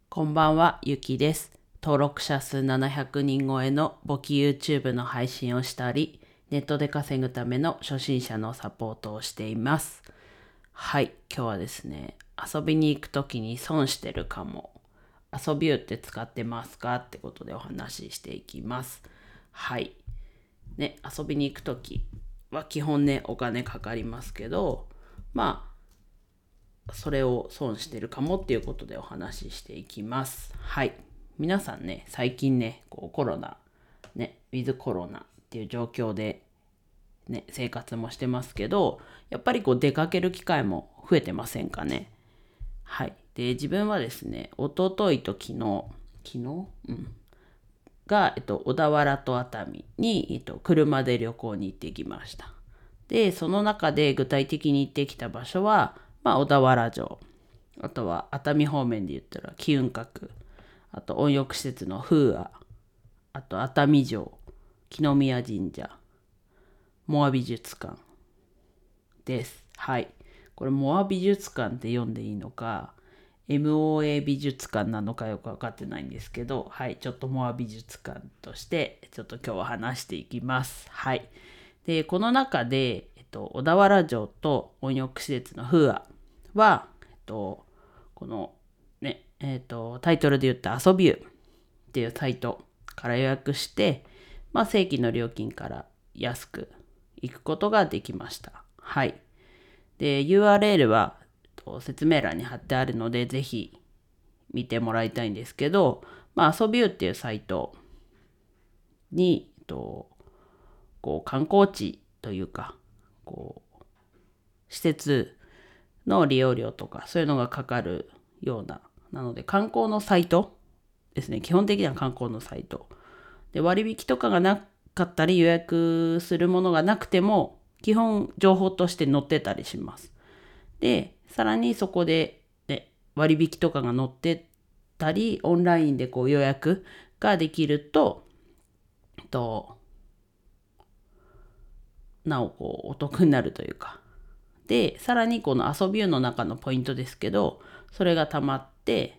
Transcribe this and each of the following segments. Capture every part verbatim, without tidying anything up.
こんばんは、ゆきです。登録者数ななひゃくにん超えの簿記 YouTube の配信をしたり、ネットで稼ぐための初心者のサポートをしています。はい、今日はですね、遊びに行くときに損してるかも。遊びゅうって使ってますかってことでお話ししていきます。はい。ね、遊びに行くときは基本ね、お金かかりますけど、まあ、それを損してるかもっていうことでお話ししていきます。はい。皆さんね、最近ね、こうコロナ、ね、ウィズコロナっていう状況で、ね、生活もしてますけど、やっぱりこう出かける機会も増えてませんかね。はい。で、自分はですね、一昨日と昨日、昨日うん。が、えっと、小田原と熱海に、えっと、車で旅行に行ってきました。で、その中で具体的に行ってきた場所は、まあ、小田原城、あとは熱海方面で言ったら機運閣、あと温浴施設の風亜、あと熱海城、木宮神社、モア美術館です。はい。これモア美術館って読んでいいのか、エムオーエー 美術館なのかよく分かってないんですけど、はい、ちょっとモア美術館として、ちょっと今日は話していきます。はい。で、この中で、えっと、小田原城と温浴施設の風亜は、えっと、このね、えっと、タイトルで言った遊びゅうっていうサイトから予約して、まあ、正規の料金から安く行くことができました。はい。で、ユーアールエル は説明欄に貼ってあるので、ぜひ見てもらいたいんですけど、まあ、遊びゅうっていうサイトに、とこう観光地というか、こう施設の利用料とかそういうのがかかるような、なので観光のサイトですね。基本的には観光のサイトで、割引とかがなかったり予約するものがなくても基本情報として載ってたりします。で、さらにそこで、ね、割引とかが載ってたり、オンラインでこう予約ができると、となおこうお得になるというか。で、さらにこの遊びゅうの中のポイントですけど、それが溜まって、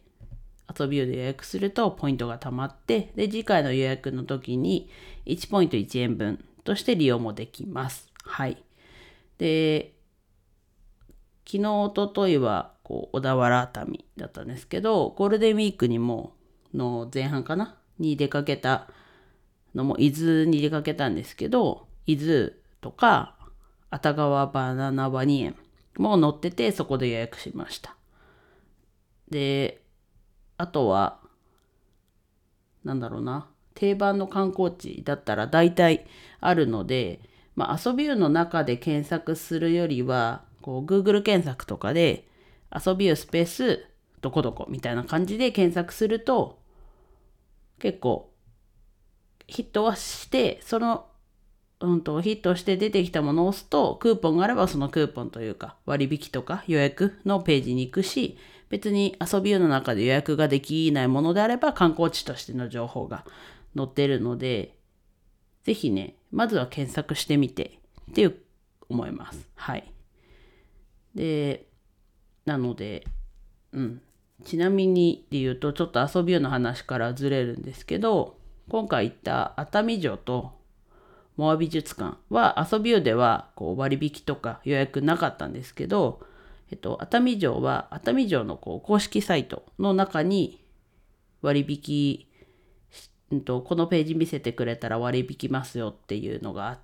遊びゅうで予約するとポイントが溜まって、で、次回の予約の時にいちポイントいちえんぶんとして利用もできます。はい。で、昨日、おとといはこう小田原熱海だったんですけど、ゴールデンウィークにもの前半かなに出かけたのも伊豆に出かけたんですけど、伊豆とか熱川バナナワニ園も乗ってて、そこで予約しました。で、あとはなんだろうな、定番の観光地だったら大体あるので、まあ、遊びゅうの中で検索するよりはこう Google 検索とかで遊びゅうスペースどこどこみたいな感じで検索すると結構ヒットはして、そのうんとヒットして出てきたものを押すと、クーポンがあればそのクーポンというか割引とか予約のページに行くし、別に遊び湯の中で予約ができないものであれば観光地としての情報が載ってるので、ぜひね、まずは検索してみてっていう思います。はい。で、なので、うん。ちなみにで言うと、ちょっと遊び湯の話からずれるんですけど、今回行った熱海城とモア美術館は遊び湯ではこう割引とか予約なかったんですけど、えっと、熱海城は熱海城のこう公式サイトの中に割引、うんと、このページ見せてくれたら割引ますよっていうのがあって、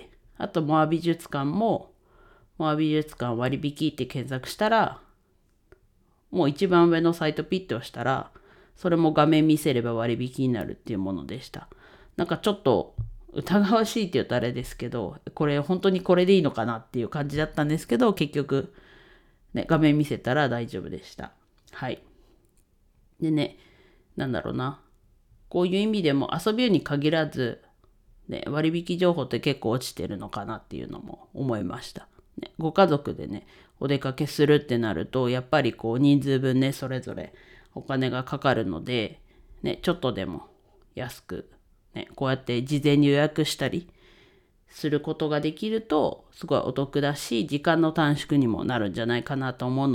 あとモア美術館もモア美術館割引って検索したら、もう一番上のサイトピッと押したら、それも画面見せれば割引になるっていうものでした。なんかちょっと疑わしいって言うとあれですけど、これ本当にこれでいいのかなっていう感じだったんですけど、結局、ね、画面見せたら大丈夫でした。はい。でね、なんだろうな。こういう意味でも遊びに限らず、ね、割引情報って結構落ちてるのかなっていうのも思いました。ね、ご家族でね、お出かけするってなると、やっぱりこう人数分ね、それぞれお金がかかるので、ね、ちょっとでも安く、ね、こうやって事前に予約したりすることができると、すごいお得だし、時間の短縮にもなるんじゃないかなと思うので、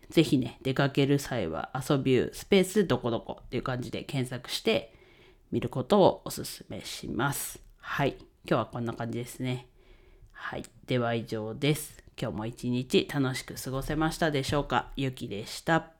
ぜひね、出かける際は遊びゅうスペースどこどこっていう感じで検索して見ることをおすすめします。はい。今日はこんな感じですね。はい。では以上です。今日も一日楽しく過ごせましたでしょうか。ゆきでした。